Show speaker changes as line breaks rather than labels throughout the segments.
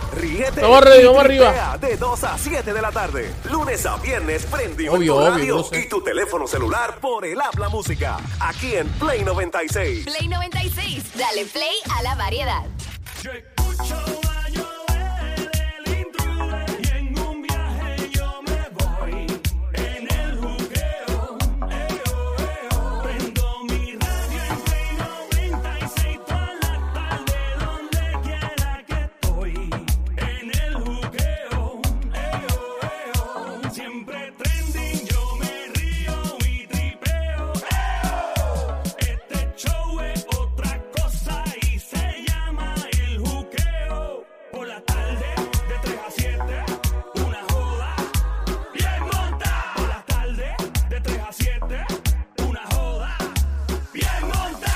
Ríete
Vamos arriba,
y
vamos arriba.
tripea de 2 a 7 de la tarde. Lunes a viernes prendido
Obvio,
en tu
obvio,
radio
yo sé.
y tu teléfono celular por el Habla Música. Aquí en Play 96.
Play 96, dale play a la variedad.
Yo escucho a Joel, el intruder, y en un viaje yo me voy. En el juqueo, prendo mi radio en Play 96 toda la tarde, donde quiera que estoy. En el juqueo, siempre trending, yo me río y tripeo. Este show es otra cosa y se llama el juqueo. Por la tarde, de 3 a 7, una joda bien monta. Por la tarde, de 3 a 7, una joda bien monta.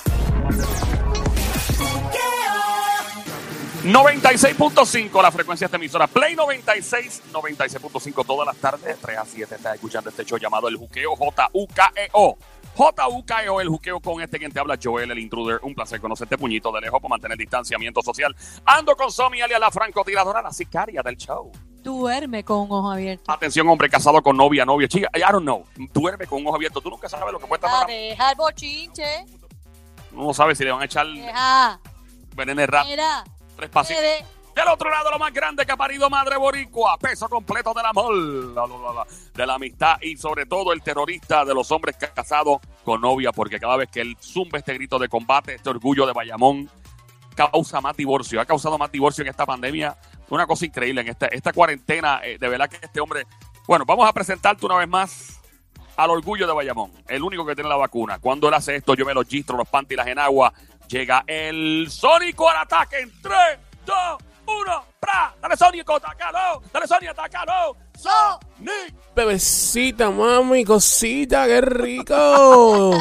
96.5 la frecuencia de esta emisora. Play 96, 96.5 todas las tardes, 3 a 7. Estás escuchando este show llamado El Juqueo, J-U-K-E-O. J-U-K-E-O, El Juqueo, con este quien te habla, Joel, el intruder. Un placer conocerte, puñito de lejos, por mantener distanciamiento social. Ando con Somi, alias la francotiradora, la sicaria del show.
Duerme con un ojo abierto.
Atención, hombre casado con novia, chica, I don't know. Duerme con un ojo abierto. Tú nunca sabes lo que puede estar
Deja el bochinche.
Uno no sabe si le van a echar
Deja.
veneno rap.
Mira.
3 pasitos.
Mire.
Del otro lado, lo más grande que ha parido madre boricua, peso completo del amor, de la amistad y sobre todo el terrorista de los hombres casados con novia, porque cada vez que él zumba este grito de combate, este orgullo de Bayamón, causa más divorcio, ha causado más divorcio en esta pandemia. Una cosa increíble en esta cuarentena, de verdad que este hombre... Bueno, vamos a presentarte una vez más al orgullo de Bayamón, el único que tiene la vacuna. Cuando él hace esto, yo me los gistro, los panties en agua. Llega el Sónico al ataque en 3, 2, 1, ¡pra! ¡Dale, Sónico, atácalo! ¡Dale, Sónico, atácalo! ¡Sonic!
Bebecita, mami, cosita, qué rico.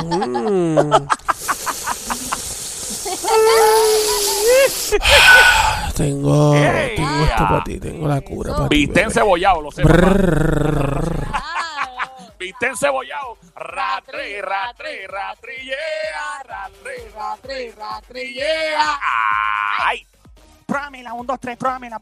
Tengo esto para ti, tengo la cura para ti.
Viste encebollado, lo sé.
Brrr.
Viste encebollado. Ratri, ratri, ratrillea. Ratri, ratri, ratrillea. ¡Ay!
Pruébamela, 1, 2, 3, pruébamela.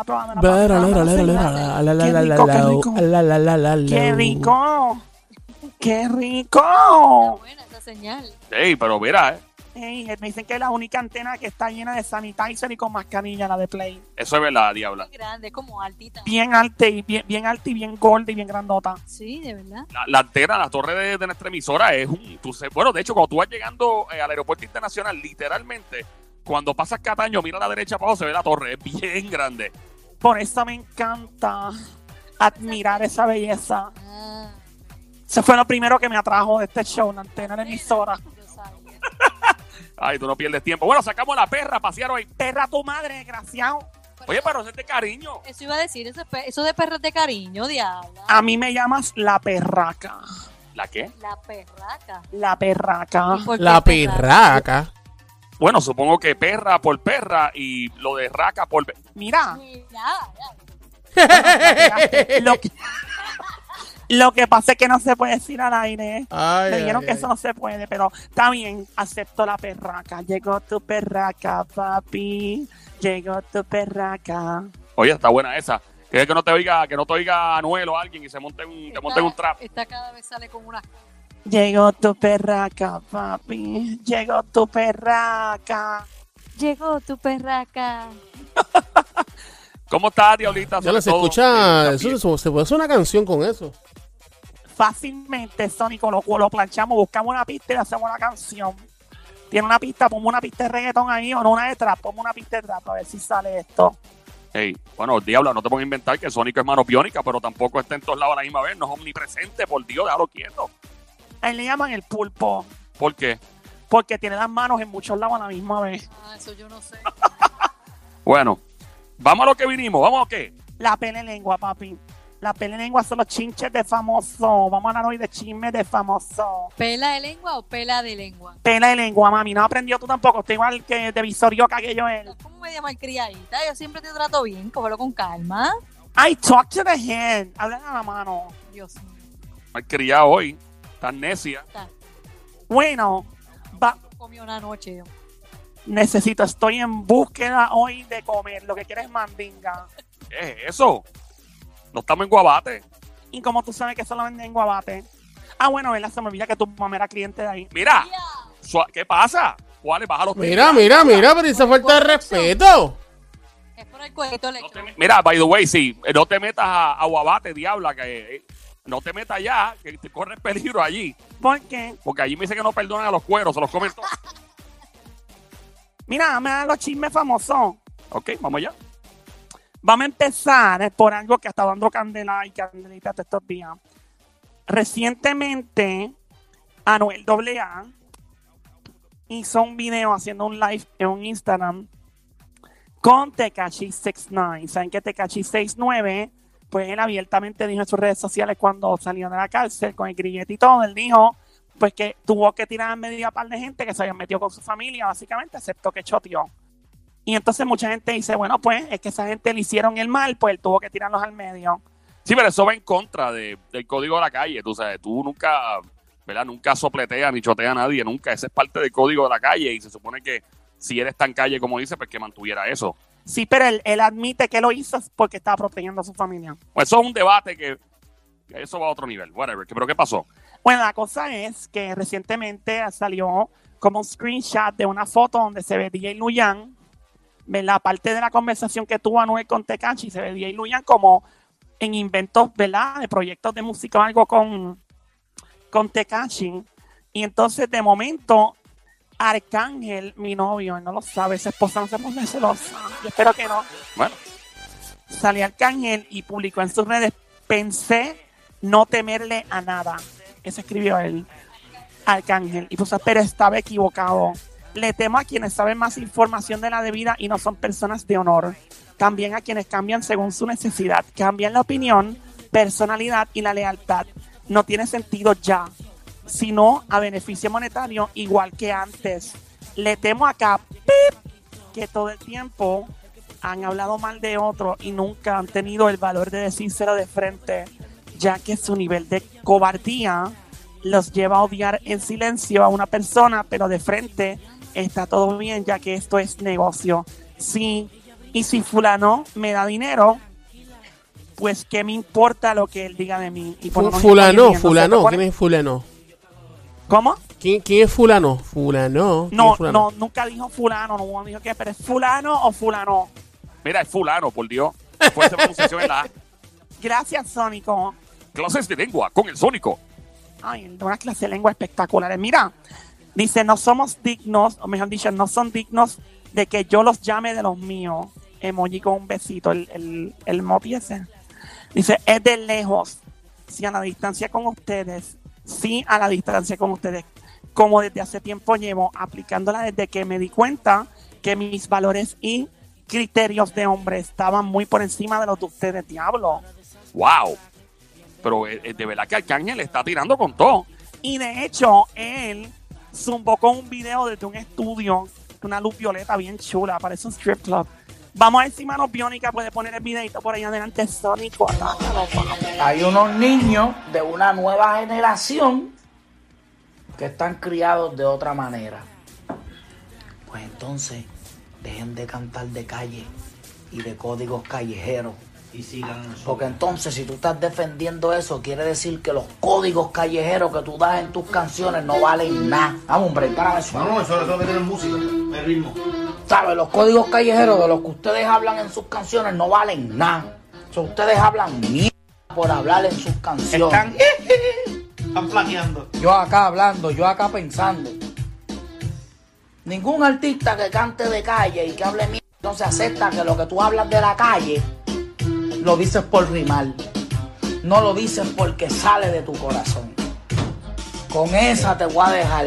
¡Qué rico! ¡Qué rico!
Buena esa señal.
Ey, pero mira,
Ey, me dicen que es la única antena que está llena de sanitizer y con mascarilla, la de Play.
eso es verdad, diabla.
Muy grande, como altita.
Bien alta y bien alta y bien gorda y bien grandota.
Sí, de verdad.
La antena, la torre de nuestra emisora es un... Bueno, de hecho, cuando tú vas llegando al aeropuerto internacional, literalmente, cuando pasas Cataño, mira a la derecha abajo, se ve la torre, es bien grande.
Por eso me encanta admirar esa belleza.
Ah,
Eso fue lo primero que me atrajo de este show, la antena de la emisora.
yo sabía.
Ay, tú no pierdes tiempo. Bueno, sacamos la perra a pasear hoy.
Perra tu madre, desgraciado.
Oye, pero es de cariño.
Eso iba a decir, eso de perros de cariño, diabla.
A mí me llamas la perraca.
¿La qué?
La perraca.
La perraca.
¿Y por qué
La
perraca?
perraca.
Bueno, supongo que perra por perra y lo de raca por...
Mira,
Ya.
lo que pasa es que no se puede decir al aire.
Ay,
Me dijeron
ay,
que
ay.
eso no se puede, pero está bien, acepto la perraca. Llegó tu perraca, papi. Llegó tu perraca.
Oye, está buena esa. Que no te oiga Anuel o alguien y te monte en un trap.
Esta cada vez sale con una...
Llegó tu perraca, papi. Llegó tu perraca.
Llegó tu perraca.
¿Cómo estás, diablita?
Ya les
Sobre todo,
escucha,
también.
eso se puede hacer una canción con eso.
Fácilmente, Sónico, lo planchamos, buscamos una pista y le hacemos una canción. Tiene una pista, ponme una pista de reggaetón ahí o no una de trap, ponme una pista de trap a ver si sale esto.
Hey, bueno, diabla, no te pongas a inventar que Sónico es mano biónica, pero tampoco está en todos lados a la misma vez. No es omnipresente, por Dios, déjalo quieto.
A él le llaman el pulpo,
¿Por qué?
porque tiene las manos en muchos lados a la misma vez.
Ah, eso yo no sé.
Bueno, vamos a lo que vinimos. ¿Vamos a qué?
La pele lengua, papi. La pele lengua son los chinches de famoso. Vamos a hablar hoy de chismes de famoso.
¿Pela de lengua o pela de lengua?
Pela de lengua, mami. No aprendió tú tampoco. Estoy igual que de visorioca que yo él.
Como media malcriadita, yo siempre te trato bien, cógelo con calma.
Ay, talk to the hand. Habla a la mano.
Dios mío.
Mal criado hoy. Tan necia.
Bueno, va.
Comió una noche yo.
estoy en búsqueda hoy de comer. Lo que quieres es mandinga.
¿Qué es eso? No estamos en Guabate.
Y como tú sabes que solo venden en Guabate. Ah, bueno, ¿verdad? Se me olvida que tu mamá era cliente de ahí.
Mira, ¿qué pasa? ¿Cuáles? Baja los
Mira, pero esa falta de respeto.
Es por el cuellito
No te
electrónico.
mira, by the way, sí, no te metas a Guabate, diabla, que no te metas allá, que te corres peligro allí.
¿Por qué?
Porque allí me dicen que no perdonan a los cueros, se los comen todos.
Mira, me dan los chismes famosos.
Ok, vamos allá.
Vamos a empezar por algo que está dando candela y candelita hasta estos días. Recientemente, Anuel AA hizo un video haciendo un live en un Instagram con Tekashi 69. ¿Saben que Tekashi 69? Pues él abiertamente dijo en sus redes sociales cuando salió de la cárcel con el grillete y todo, él dijo pues que tuvo que tirar en medio a par de gente que se habían metido con su familia, básicamente, excepto que choteó. Y entonces mucha gente dice, bueno, pues es que esa gente le hicieron el mal, pues él tuvo que tirarlos al medio.
Sí, pero eso va en contra del código de la calle. Tú sabes, tú nunca, ¿verdad? Nunca sopleteas ni choteas a nadie, nunca. Ese es parte del código de la calle y se supone que si eres tan calle como dice, pues que mantuviera eso.
Sí, pero él admite que lo hizo porque estaba protegiendo a su familia.
Pues eso es un debate que eso va a otro nivel, whatever. Pero ¿qué pasó?
Bueno, la cosa es que recientemente salió como un screenshot de una foto donde se ve DJ Luyan, ¿verdad? Parte de la conversación que tuvo Anuel con Tekashi, se ve DJ Luyan como en inventos, ¿verdad? De proyectos de música o algo con Tekashi. Y entonces, de momento, Arcángel, mi novio, él no lo sabe, esa esposa no se pone celosa. Yo espero que no.
Bueno,
Salió Arcángel y publicó en sus redes, pensé no temerle a nada. Eso escribió él, Arcángel. Y puso, pero estaba equivocado. Le temo a quienes saben más información de la debida y no son personas de honor. También a quienes cambian según su necesidad. Cambian la opinión, personalidad y la lealtad. No tiene sentido ya, sino a beneficio monetario igual que antes. Le temo acá, que todo el tiempo han hablado mal de otro y nunca han tenido el valor de decírselo de frente, ya que su nivel de cobardía los lleva a odiar en silencio a una persona, pero de frente está todo bien, ya que esto es negocio. Sí, y si fulano me da dinero, pues qué me importa lo que él diga de mí. Y por lo menos
Fulano,
estoy viviendo, ¿se te
¿quién es fulano?
¿Cómo?
¿Quién es fulano? Fulano. ¿Quién
No,
es fulano?
no, nunca dijo fulano, no dijo que, pero es fulano o fulano.
mira, es fulano, por Dios. Fue esa pronunciación en la A.
Gracias, Sónico.
Clases de lengua con el Sónico.
Ay, una clase de lengua espectaculares. Mira, dice, no somos dignos, o mejor dicho, no son dignos de que yo los llame de los míos. Emoji con un besito, el emoji ese. Dice, es de lejos, sí a la distancia con ustedes, sí a la distancia con ustedes, como desde hace tiempo llevo aplicándola desde que me di cuenta que mis valores y criterios de hombre estaban muy por encima de los de ustedes, diablo.
Wow. Pero de verdad que Arcángel está tirando con todo.
Y de hecho, él zumbó con un video desde un estudio, una luz violeta bien chula, parece un strip club. Vamos a ver si Manos Biónica puede poner el videito por ahí adelante, Sónico. Atácalo, papi.
Hay unos niños de una nueva generación que están criados de otra manera. Pues entonces, dejen de cantar de calle y de códigos callejeros.
Y sigan eso.
Porque entonces, si tú estás defendiendo eso, quiere decir que los códigos callejeros que tú das en tus canciones no valen nada. Vamos, hombre, párame eso.
No, eso que tiene música, el ritmo.
¿Sabes? Los códigos callejeros de los que ustedes hablan en sus canciones no valen nada. O sea, ustedes hablan mierda por hablar en sus canciones.
Están plagiando.
Yo acá hablando, yo acá pensando. Ningún artista que cante de calle y que hable mierda no se acepta que lo que tú hablas de la calle lo dices por rimar. No lo dices porque sale de tu corazón. Con esa te voy a dejar.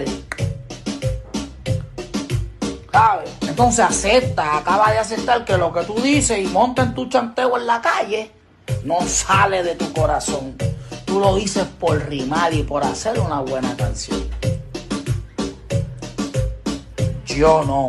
¿Sabes? Entonces acepta, acaba de aceptar que lo que tú dices y monta en tu chanteo en la calle no sale de tu corazón. Tú lo dices por rimar y por hacer una buena canción. Yo no.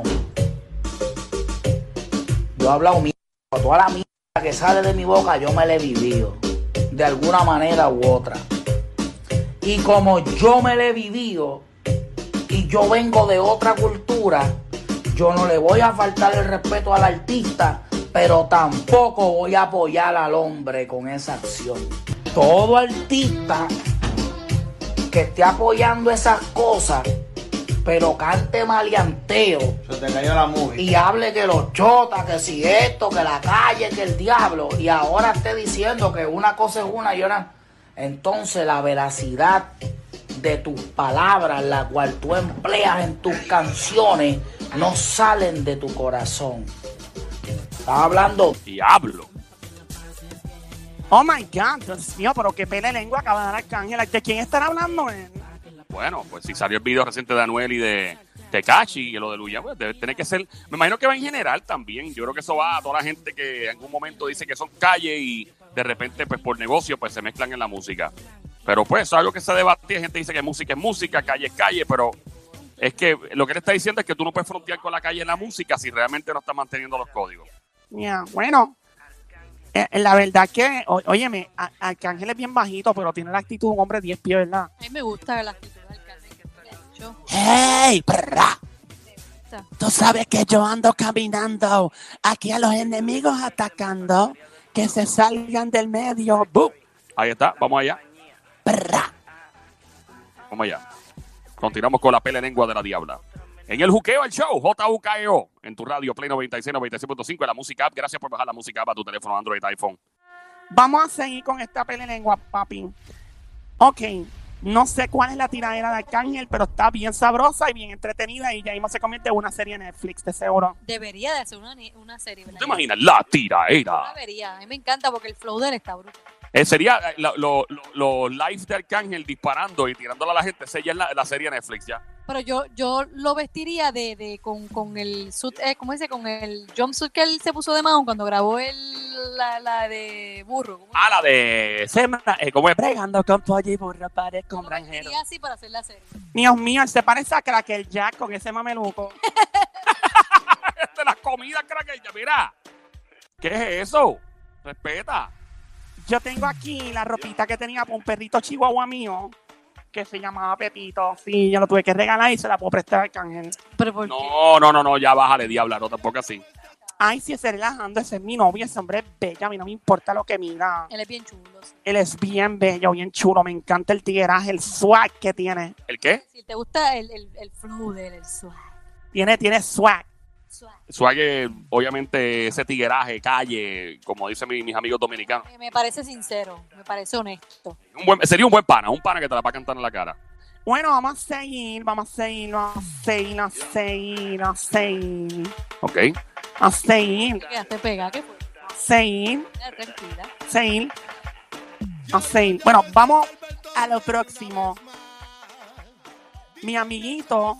Yo he hablado mierda. Toda la mierda que sale de mi boca yo me la he vivido. De alguna manera u otra. Y como yo me la he vivido y yo vengo de otra cultura, Yo no le voy a faltar el respeto al artista, pero tampoco voy a apoyar al hombre con esa acción. Todo artista que esté apoyando esas cosas, pero cante maleanteo
Se te cayó la movie.
y hable que los chotas, que si esto, que la calle, que el diablo, y ahora esté diciendo que una cosa es una y otra, entonces la veracidad de tus palabras, la cual tú empleas en tus canciones, no salen de tu corazón. Estás hablando.
Diablo.
Oh my God, Dios mío, pero qué pele lengua acaba de dar Arcángel. ¿De quién estará hablando él?
Bueno, pues si salió el video reciente de Anuel y de Tekashi y lo de Luya, pues debe tener que ser. Me imagino que va en general también. Yo creo que eso va a toda la gente que en algún momento dice que son calle y de repente, pues por negocio, pues se mezclan en la música. Pero pues eso es algo que se debate. Hay gente que dice que música es música, calle es calle, pero es que lo que él está diciendo es que tú no puedes frontear con la calle en la música si realmente no estás manteniendo los códigos.
Ya, bueno, la verdad que, óyeme, Arcángel es bien bajito, pero tiene la actitud de un hombre 10 pies, ¿verdad?
A mí me gusta la actitud de Arcángel que ha dicho.
¡Hey, perra!
gusta.
Tú sabes que yo ando caminando aquí a los enemigos atacando, que se salgan del medio. ¡Bum!
Ahí está, vamos allá.
Perra.
Vamos allá. Continuamos con la pele lengua de la diabla. En el Juqueo, el show, JUKEO, en tu radio Play 96, 96.5, en la música app. Gracias por bajar la música app a tu teléfono Android, iPhone.
Vamos a seguir con esta pelelengua, papi. Ok, no sé cuál es la tiradera de Arcángel, pero está bien sabrosa y bien entretenida y ya mismo se convierte en una serie en Netflix, de seguro.
Debería de ser una serie.
¿Te imaginas? La tiraera.
Debería. A mí me encanta porque el flow de él está brutal.
Sería los live de Arcángel disparando y tirándole a la gente. Esa ya es la serie Netflix ya.
Pero yo lo vestiría con el suit, ¿cómo dice? Con el jumpsuit que él se puso de Mahon cuando grabó la de burro.
La de Semana, ¿cómo es?
Bregando con pollo y burro, pare con
Yo lo
granjero.
vestiría así para hacer la serie.
Dios mío, él se parece a Cracker Jack con ese mameluco.
De las comidas, crack. Mira, ¿qué es eso? Respeta.
Yo tengo aquí la ropita que tenía para un perrito chihuahua mío que se llamaba Pepito. Sí, yo lo tuve que regalar y se la puedo prestar a Arcángel.
¿Pero por qué?
No, ya bájale, diabla, no tampoco así.
Ay, si estoy relajando, ese es mi novio, ese hombre es bello, a mí no me importa lo que mira.
Él es bien chulo. Sí.
Él es bien bello, bien chulo, me encanta el tigueraje, el swag que tiene.
¿El qué?
Si te gusta el flow de él, el swag.
Tiene swag.
Suague, obviamente, ese tigueraje, calle, como dicen mis amigos dominicanos.
Me parece sincero, me parece honesto.
Sería un buen pana que te la va a cantar en la cara.
Bueno, vamos a seguir.
Ok.
Te quedaste pegada, ¿qué fue?
Seguir. Bueno, vamos a lo próximo. Mi amiguito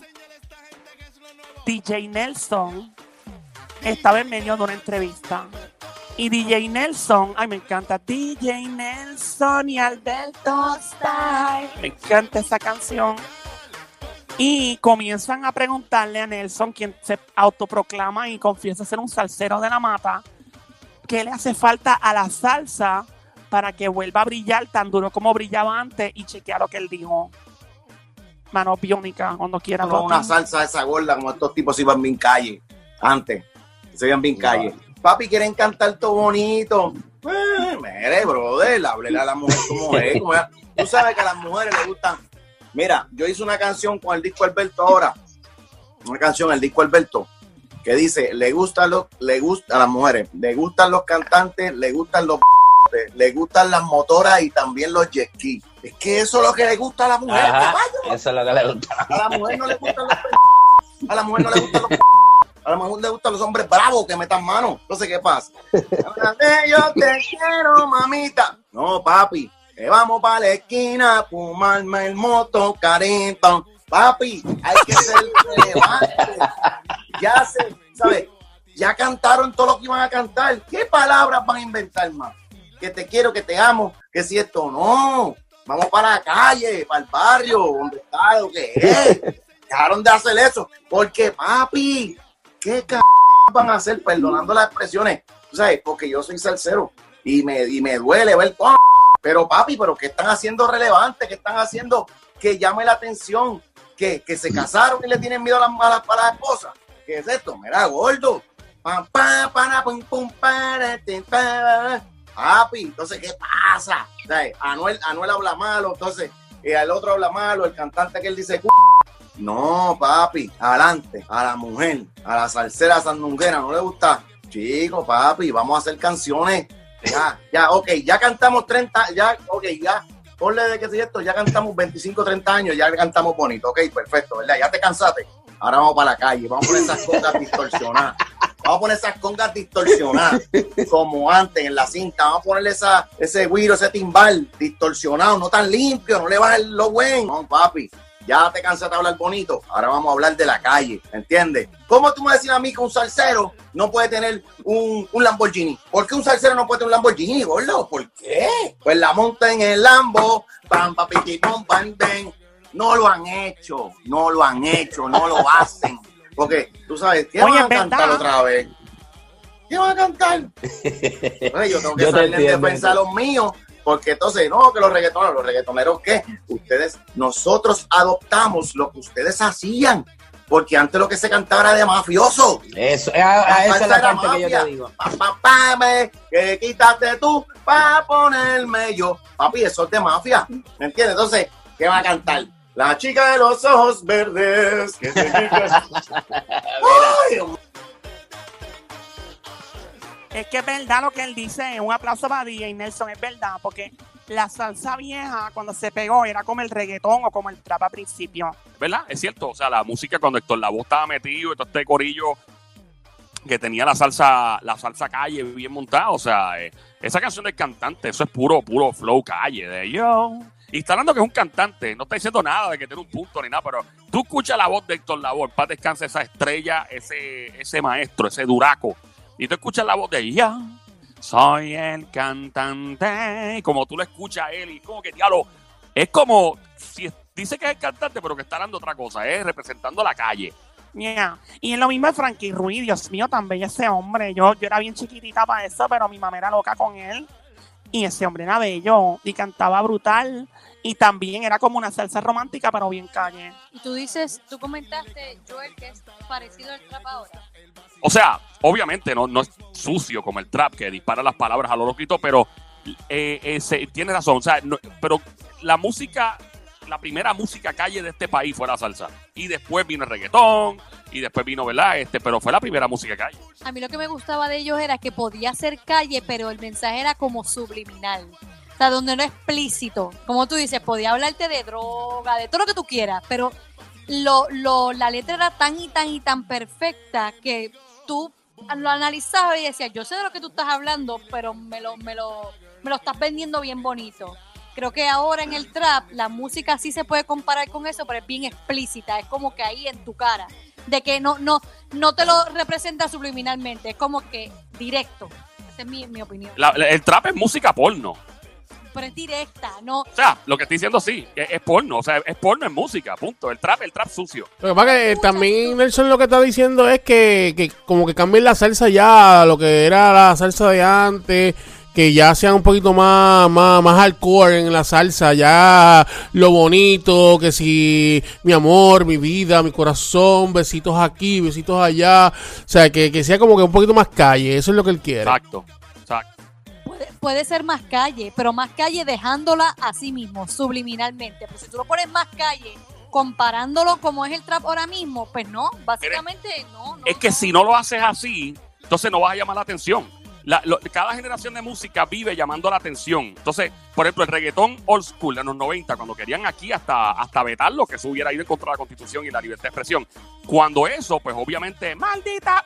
DJ Nelson estaba en medio de una entrevista. Y DJ Nelson, ay, me encanta. DJ Nelson y Alberto Style. Me encanta esa canción. Y comienzan a preguntarle a Nelson, quien se autoproclama y confiesa ser un salsero de la mata, qué le hace falta a la salsa para que vuelva a brillar tan duro como brillaba antes, y chequea lo que él dijo. Mano biónica, cuando quiera.
No, una salsa esa gorda, como estos tipos iban bien calle antes. Se iban bien calle. Papi, quieren cantar todo bonito. Mire, brother, háblele a la mujer como es. Tú sabes que a las mujeres les gustan. Mira, yo hice una canción con el disco Alberto ahora. Una canción, el disco Alberto, que dice, le gusta a las mujeres, le gustan los cantantes, le gustan los le gustan las motoras y también los jet ski. Es que eso es lo que le gusta a la mujer.
Ajá, eso es lo que le gusta.
A la mujer no le gustan los a la mujer no le gustan los a la mujer le gustan los hombres bravos que metan mano. No sé qué pasa. Yo te quiero, mamita. No, papi, que vamos para la esquina a fumarme el moto, carito. Papi, hay que ser relevante. Ya se, ¿sabes? Ya cantaron todo lo que iban a cantar. ¿Qué palabras van a inventar más? Que te quiero, que te amo, que si esto no. Vamos para la calle, para el barrio, donde está lo que es. Dejaron de hacer eso. Porque, papi, ¿qué van a hacer? Perdonando las expresiones. ¿Tú sabes? Porque yo soy salsero y me duele ver todo. Pero, papi, ¿qué están haciendo relevante? ¿Qué están haciendo que llame la atención? Que se casaron y le tienen miedo a las esposas. ¿Qué es esto? Mira, gordo. Pam, pam, para, pum, pum, para, tin, pa. Papi, entonces, ¿qué pasa? O sea, Anuel habla malo, entonces, el otro habla malo, el cantante que él dice, no, papi, adelante, a la mujer, a la salsera sandunguera, ¿no le gusta? Chico, papi, vamos a hacer canciones. Ya, ok, ya cantamos 30, ya, ponle de que si esto, ya cantamos 25, 30 años, ya cantamos bonito, ok, perfecto, ¿verdad? Ya te cansaste. Ahora vamos para la calle, vamos a poner esas congas distorsionadas. Vamos a poner esas congas distorsionadas, como antes en la cinta. Vamos a ponerle ese güiro, ese timbal distorsionado, no tan limpio, no le bajes lo bueno. No, papi, ya te cansaste de hablar bonito. Ahora vamos a hablar de la calle, ¿entiendes? ¿Cómo tú me decís a mí que un salsero no puede tener un Lamborghini? ¿Por qué un salsero no puede tener un Lamborghini, gordo? ¿Por qué? Pues la monta en el Lambo, pam, papi, pam, pam, pam. No lo han hecho, no lo hacen. Porque, tú sabes, ¿qué van a cantar otra vez? ¿Qué van a cantar? Oye, yo tengo que salir en defensa de los míos, porque entonces, no, que los reggaetoneros, ¿qué? Nosotros adoptamos lo que ustedes hacían, porque antes lo que se cantaba era de mafioso.
Eso, esa es la parte que yo te digo.
Que quítate tú para ponerme yo. Papi, eso es de mafia, ¿me entiendes? Entonces, ¿qué van a cantar? La chica de los ojos verdes. Que te
Es que es verdad lo que él dice. Un aplauso para DJ Nelson, es verdad, porque la salsa vieja cuando se pegó era como el reggaetón o como el trap al principio.
¿Verdad? Es cierto. O sea, la música cuando Héctor Lavoe estaba metido y todo este corillo que tenía la salsa calle bien montada. O sea, esa canción del cantante, eso es puro flow calle de yo. Y está hablando que es un cantante, no está diciendo nada de que tiene un punto ni nada, pero tú escuchas la voz de Héctor Lavoe, en paz descanse esa estrella, ese maestro, ese duraco, y tú escuchas la voz de yo soy el cantante, y como tú lo escuchas a él, y como que diablo, es como si dice que es el cantante, pero que está dando otra cosa, representando la calle.
Yeah. Y es lo mismo de Frankie Ruiz, Dios mío, tan bello ese hombre. Yo era bien chiquitita para eso, pero mi mamá era loca con él. Y ese hombre era bello y cantaba brutal. Y también era como una salsa romántica, pero bien calle.
Y tú comentaste, Joel, que es parecido al trap ahora.
O sea, obviamente no es sucio como el trap, que dispara las palabras a lo loquito, pero tiene razón. O sea, pero la primera música calle de este país fue la salsa. Y después vino el reggaetón, y después vino, ¿verdad? Pero fue la primera música calle.
A mí lo que me gustaba de ellos era que podía ser calle, pero el mensaje era como subliminal. O sea, donde no es explícito. Como tú dices, podía hablarte de droga, de todo lo que tú quieras, pero la letra era tan y tan perfecta que tú lo analizabas y decías, yo sé de lo que tú estás hablando, pero me lo estás vendiendo bien bonito. Creo que ahora en el trap la música sí se puede comparar con eso, pero es bien explícita, es como que ahí en tu cara, de que no te lo representa subliminalmente, es como que directo. Esa es mi opinión.
El trap es música porno.
Pero es directa, no.
O sea, lo que estoy diciendo sí, es porno, o sea, es porno en música, punto. El trap sucio.
Lo que pasa es que también Nelson lo que está diciendo es que como que cambien la salsa ya, lo que era la salsa de antes, que ya sean un poquito más hardcore en la salsa, ya lo bonito, que si mi amor, mi vida, mi corazón, besitos aquí, besitos allá, o sea, que sea como que un poquito más calle, eso es lo que él quiere.
Exacto.
Puede ser más calle, pero más calle dejándola a sí mismo, subliminalmente. Pero si tú lo pones más calle, comparándolo como es el trap ahora mismo, pues no, básicamente no.
Es que si no lo haces así, entonces no vas a llamar la atención. Cada generación de música vive llamando la atención. Entonces, por ejemplo, el reggaetón old school de los 90, cuando querían aquí hasta vetarlo, que eso hubiera ido en contra de la Constitución y la libertad de expresión. Cuando eso, pues obviamente, maldita,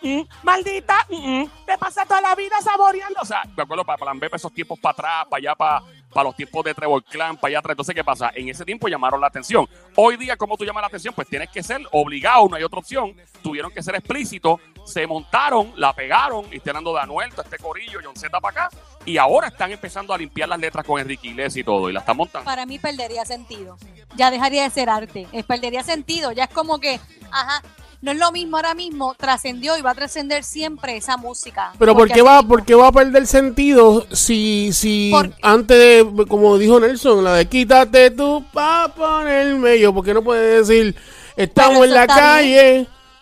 te pasa toda la vida saboreando. O sea, me acuerdo para esos tiempos para atrás, para allá, para los tiempos de Trevor Clan, para allá atrás. Entonces, ¿qué pasa? En ese tiempo llamaron la atención. Hoy día, ¿cómo tú llamas la atención? Pues tienes que ser obligado, no hay otra opción. Tuvieron que ser explícitos, se montaron, la pegaron, y estoy hablando de Anuel, este corillo, John Z para acá, y ahora están empezando a limpiar las letras con Enrique Iglesias y todo, y la están montando.
Para mí perdería sentido. Ya dejaría de ser arte. Perdería sentido. Ya es como que, no es lo mismo ahora mismo, trascendió y va a trascender siempre esa música.
Pero ¿por qué va a perder sentido si antes de, como dijo Nelson, la de quítate tú pa' ponerme yo? ¿Por qué no puede decir estamos en la calle?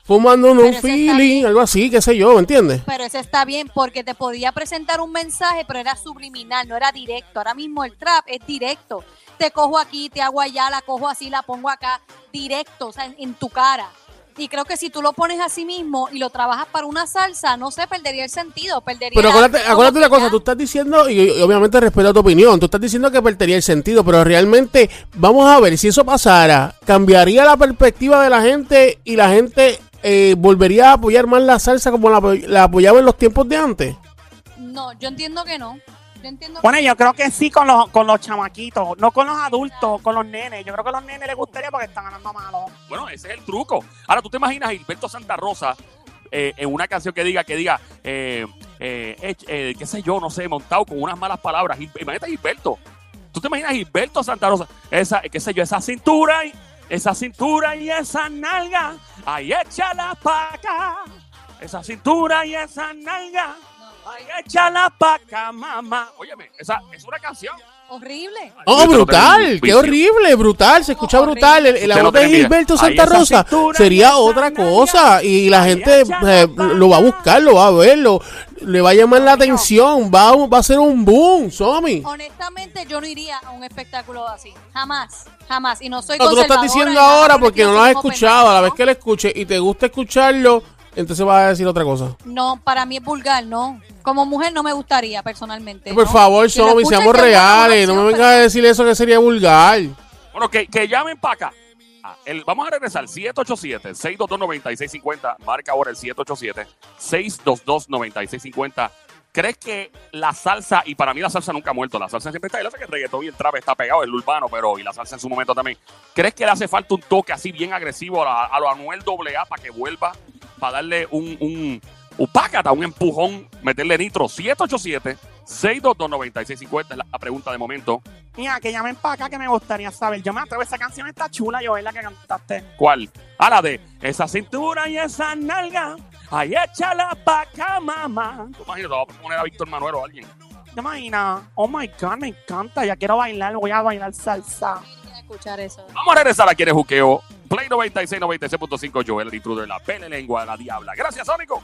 fumando un
Pero ese está
feeling,
bien.
algo así, qué sé yo, ¿me entiendes?
Pero ese está bien porque te podía presentar un mensaje, pero era subliminal, no era directo. Ahora mismo el trap es directo. Te cojo aquí, te hago allá, la cojo así, la pongo acá, directo, o sea, en tu cara. Y creo que si tú lo pones así mismo y lo trabajas para una salsa, no sé, perdería el sentido, perdería...
Pero acuérdate
como
una
que
cosa,
ya-
tú estás diciendo, y obviamente respeto tu opinión, tú estás diciendo que perdería el sentido, pero realmente, vamos a ver, si eso pasara, ¿cambiaría la perspectiva de la gente y la gente volvería a apoyar más la salsa como la apoyaba en los tiempos de antes?
No, yo entiendo que no. Yo entiendo
Bueno, yo creo que sí con los chamaquitos, no con los adultos, con los nenes. Yo creo que a los nenes les gustaría porque están ganando malo.
Bueno, ese es el truco. Ahora, ¿tú te imaginas a Gilberto Santa Rosa en una canción que diga, qué sé yo, no sé, montado con unas malas palabras? Imagínate a Gilberto. ¿Tú te imaginas a Gilberto Santa Rosa? Qué sé yo, esa cintura y esa nalga, ay, échala pa' acá. Esa cintura y esa nalga, ay, échala pa' acá, mamá. Óyeme, esa es una canción.
horrible.
Oh, brutal, qué horrible, brutal, se escucha
Horrible.
brutal. La
Usted
voz
no
de
tiene
Gilberto
idea. Ahí
Santa
esa
Rosa
cintura,
sería
esa
otra
nalga,
cosa y la
ahí
gente
échala
lo va a buscar, lo va a ver, le va a llamar la
Dios mío.
atención, va a ser un boom, Somi.
Honestamente, yo no iría a un espectáculo así. Jamás, jamás. Y no soy
No, tú lo estás
conservadora
diciendo
ni nada,
ahora
pero
porque no
pienso
lo has
como
escuchado.
pendejo,
A la vez
¿no?
que lo escuches y te gusta escucharlo, entonces vas a decir otra cosa.
No, para mí es vulgar, no. Como mujer no me gustaría personalmente.
Por
¿no?
favor,
Si lo
Somi,
escuchas,
seamos
qué buena
reales. No me
opción,
vengas a decir eso que sería vulgar.
Bueno, que llamen para acá. Vamos a regresar, 787-622-9650. Marca ahora el 787-622-9650. ¿Crees que la salsa, y para mí la salsa nunca ha muerto, la salsa siempre está ahí, lo que el reggaetón y el trap está pegado, el urbano, y la salsa en su momento también? ¿Crees que le hace falta un toque así bien agresivo a lo Anuel AA para que vuelva, para darle un pácata, un empujón, meterle nitro? 787-622-9650 es la pregunta de momento.
Mira, que llamen para acá que me gustaría saber. Yo me atrevo, esa canción está chula, yo es la que cantaste.
¿Cuál? A la de esa cintura y esa nalga, ay, échala pa' acá, mamá. ¿Tú imaginas? Te vas a poner a Víctor Manuel o a alguien.
¿Te imaginas? Oh my God, me encanta. Ya quiero bailar, voy a bailar salsa.
Quiero escuchar eso.
Vamos a regresar aquí en el juqueo. Play 96, 96.5, Joel, el intruder, la pele lengua, la diabla. Gracias, Sónico.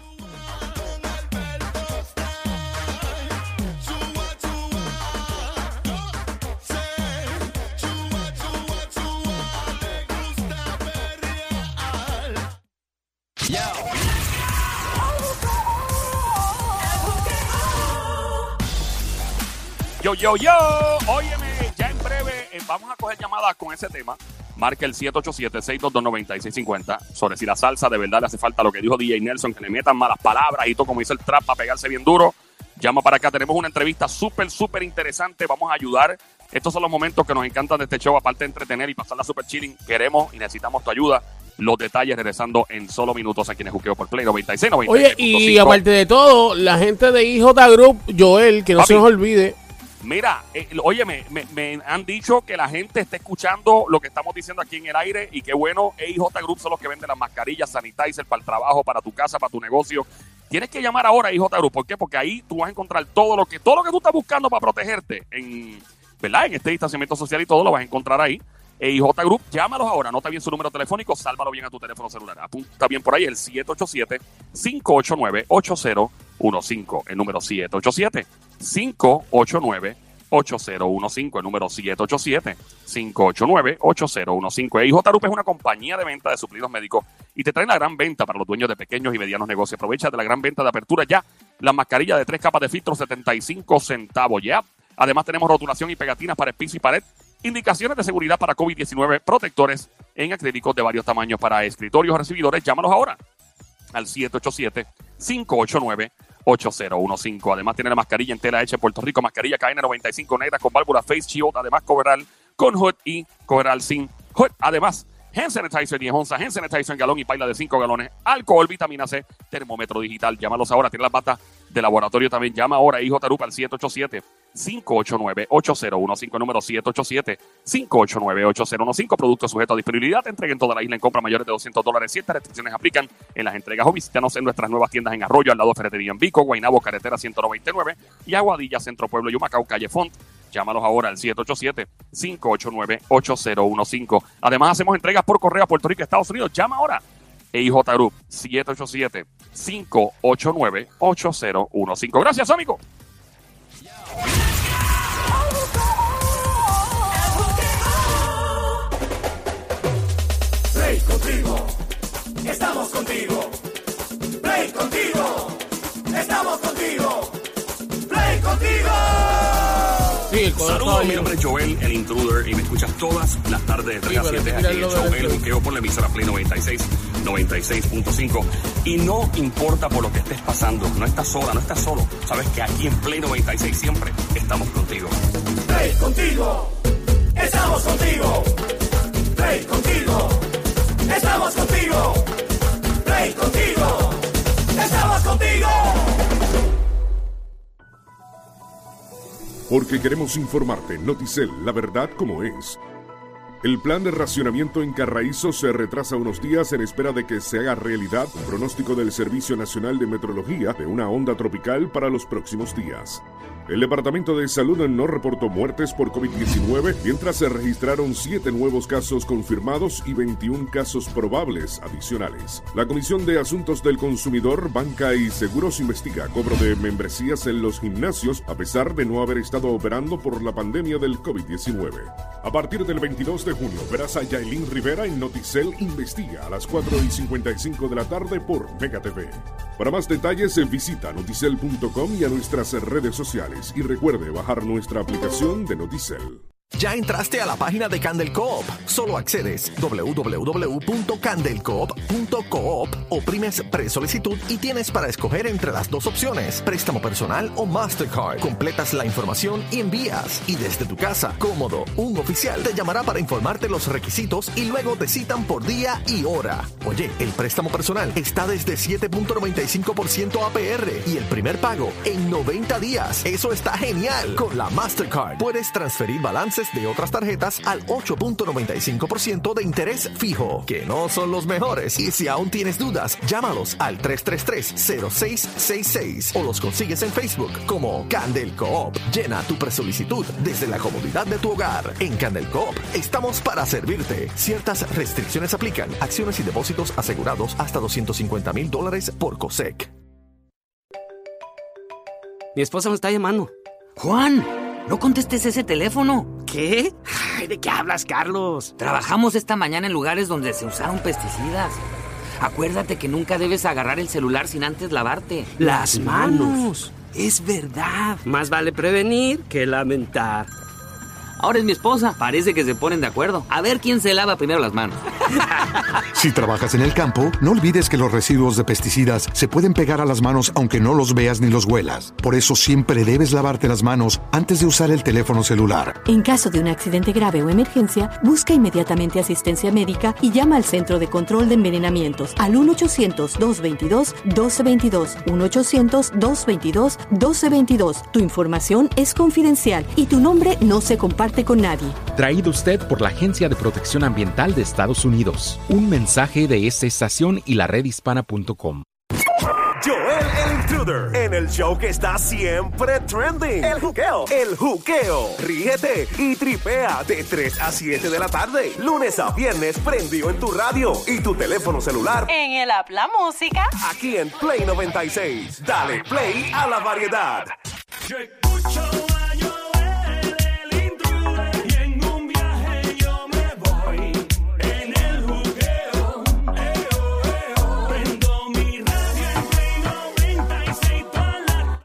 Yo. Óyeme, ya en breve vamos a coger llamadas con ese tema. Marca el 787-622-9650 sobre si la salsa de verdad le hace falta lo que dijo DJ Nelson, que le metan malas palabras y todo como dice el trap para pegarse bien duro. Llama para acá, tenemos una entrevista súper interesante, vamos a ayudar. Estos son los momentos que nos encantan de este show, aparte de entretener y pasarla súper chilling. Queremos y necesitamos tu ayuda. Los detalles regresando en solo minutos aquí en el Juqueo por Play 96, 96.5.
Oye, y aparte de todo, la gente de IJ Group, Joel, que no
Papi.
se nos olvide.
Mira, oye, me han dicho que la gente está escuchando lo que estamos diciendo aquí en el aire y qué bueno, EIJ Group son los que venden las mascarillas, sanitizer para el trabajo, para tu casa, para tu negocio. Tienes que llamar ahora a EIJ Group, ¿por qué? Porque ahí tú vas a encontrar todo lo que tú estás buscando para protegerte, ¿verdad? En este distanciamiento social y todo lo vas a encontrar ahí. EIJ Group, llámalos ahora, anota bien su número telefónico, sálvalo bien a tu teléfono celular. Apunta bien por ahí el 787-589-8015, el número 787-589-8015, el número 787-589-8015. EIJ Group es una compañía de venta de suplidos médicos y te trae la gran venta para los dueños de pequeños y medianos negocios. Aprovecha de la gran venta de apertura ya. La mascarilla de 3 capas de filtro, 75 centavos ya. Además tenemos rotulación y pegatinas para el piso y pared. Indicaciones de seguridad para COVID-19, protectores en acrílicos de varios tamaños para escritorios o recibidores. Llámalos ahora al 787-589-8015. Además tiene la mascarilla en tela hecha en Puerto Rico, mascarilla KN95 negra con válvula Face Shield, además coverall con hood y coverall sin hood. Además, hand sanitizer 10 onzas, hand sanitizer en galón y paila de 5 galones, alcohol, vitamina C, termómetro digital. Llámalos ahora, tiene las batas de laboratorio también. Llama ahora a IJ Group al 787-589-8015, número 787-589-8015. Producto sujeto a disponibilidad. Entrega en toda la isla en compra mayores de $200. Ciertas restricciones aplican en las entregas o visítanos en nuestras nuevas tiendas en Arroyo, al lado de Ferretería en Vico, Guaynabo, Carretera 199 y Aguadilla, Centro Pueblo y Humacao, Calle Font. Llámalos ahora al 787-589-8015. Además, hacemos entregas por correo a Puerto Rico y Estados Unidos. Llama ahora. EIJ Group, 787-589-8015. Gracias, amigo.
Play contigo, estamos contigo. Play contigo, estamos contigo. Play contigo.
Sí, el codo
Saludos,
estaba
mi
bien.
nombre es Joel, el intruder, y me escuchas todas las tardes de 3 a
Sí, pero
7
mira
aquí en
lo
el
de
show El
adentro.
Juqueo por la emisora Play 96, 96.5. Y no importa por lo que estés pasando, no estás sola, no estás solo. Sabes que aquí en Play 96 siempre estamos contigo.
Play contigo, estamos contigo. Play contigo, estamos contigo. Play contigo, estamos contigo.
Porque queremos informarte, Noticel, la verdad como es. El plan de racionamiento en Carraízo se retrasa unos días en espera de que se haga realidad un pronóstico del Servicio Nacional de Meteorología de una onda tropical para los próximos días. El Departamento de Salud no reportó muertes por COVID-19, mientras se registraron 7 nuevos casos confirmados y 21 casos probables adicionales. La Comisión de Asuntos del Consumidor, Banca y Seguros investiga cobro de membresías en los gimnasios, a pesar de no haber estado operando por la pandemia del COVID-19. A partir del 22 de junio, verás a Yailin Rivera en Noticel Investiga a las 4:55 de la tarde por Mega TV. Para más detalles, visita noticel.com y a nuestras redes sociales. Y recuerde bajar nuestra aplicación de Noticel.
¿Ya entraste a la página de Candel Coop? Solo accedes www.candelcoop.coop, oprimes pre-solicitud y tienes para escoger entre las dos opciones, préstamo personal o Mastercard. Completas la información y envías. Y desde tu casa, cómodo, un oficial te llamará para informarte los requisitos y luego te citan por día y hora. Oye, el préstamo personal está desde 7.95% APR y el primer pago en 90 días. Eso está genial. Con la Mastercard puedes transferir balances de otras tarjetas al 8.95% de interés fijo, que no son los mejores. Y si aún tienes dudas, llámalos al 333-0666 o los consigues en Facebook como Candel Coop. Llena tu presolicitud desde la comodidad de tu hogar. En Candel Coop estamos para servirte. Ciertas restricciones aplican. Acciones y depósitos asegurados hasta $250,000 por COSEC.
Mi esposa me está llamando. Juan, no contestes ese teléfono. ¿Qué? Ay, ¿de qué hablas, Carlos? Trabajamos esta mañana en lugares donde se usaron pesticidas. Acuérdate que nunca debes agarrar el celular sin antes lavarte las manos. Es verdad. Más vale prevenir que lamentar. Ahora es mi esposa. Parece que se ponen de acuerdo. A ver quién se lava primero las manos.
Si trabajas en el campo, no olvides que los residuos de pesticidas se pueden pegar a las manos aunque no los veas ni los huelas. Por eso siempre debes lavarte las manos antes de usar el teléfono celular.
En caso de un accidente grave o emergencia, busca inmediatamente asistencia médica y llama al Centro de Control de Envenenamientos al 1-800-222-1222. 1-800-222-1222. Tu información es confidencial y tu nombre no se comparte con nadie.
Traído usted por la Agencia de Protección Ambiental de Estados Unidos. Un mensaje de esta estación y la redhispana.com.
Joel el Intruder en el show que está siempre trending. El juqueo. El juqueo. Ríete y tripea de 3 a 7 de la tarde. Lunes a viernes prendido en tu radio y tu teléfono celular.
En el app La Música.
Aquí en Play 96. Dale play a la variedad.
Yo escucho a Joel el Intruder y en un viaje yo me voy. En el juqueo, prendo mi radio en Play 96 toda la...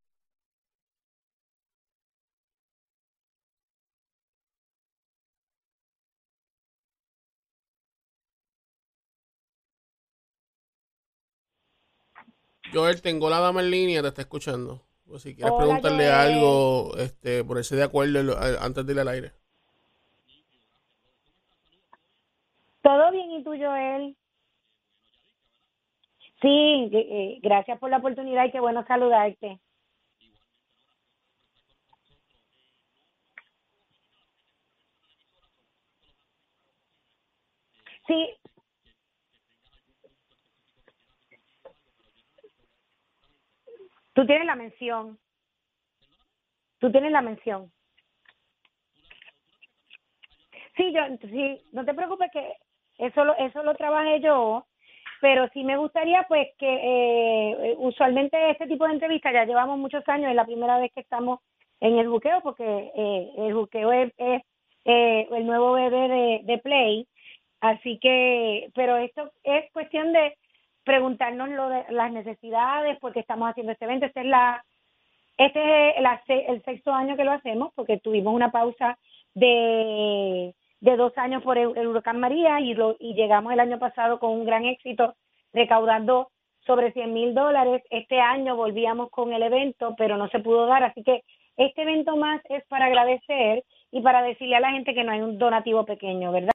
Joel, tengo la dama en línea, te está escuchando. Pues si quieres
Hola,
preguntarle
Joel.
algo, ponerse de acuerdo antes de ir al aire.
¿Todo bien y tú, Joel? Sí, gracias por la oportunidad y qué bueno saludarte. Sí. Tú tienes la mención. Tú tienes la mención. Sí, no te preocupes que eso lo trabajé yo pero sí me gustaría pues que usualmente este tipo de entrevistas ya llevamos muchos años, es la primera vez que estamos en el juqueo porque el juqueo es el nuevo bebé de Play, así que, pero esto es cuestión de preguntarnos lo de las necesidades, porque estamos haciendo este evento. Este es el sexto año que lo hacemos, porque tuvimos una pausa de 2 años por el huracán María y llegamos el año pasado con un gran éxito, recaudando sobre $100,000. Este año volvíamos con el evento, pero no se pudo dar, así que este evento más es para agradecer y para decirle a la gente que no hay un donativo pequeño, ¿verdad?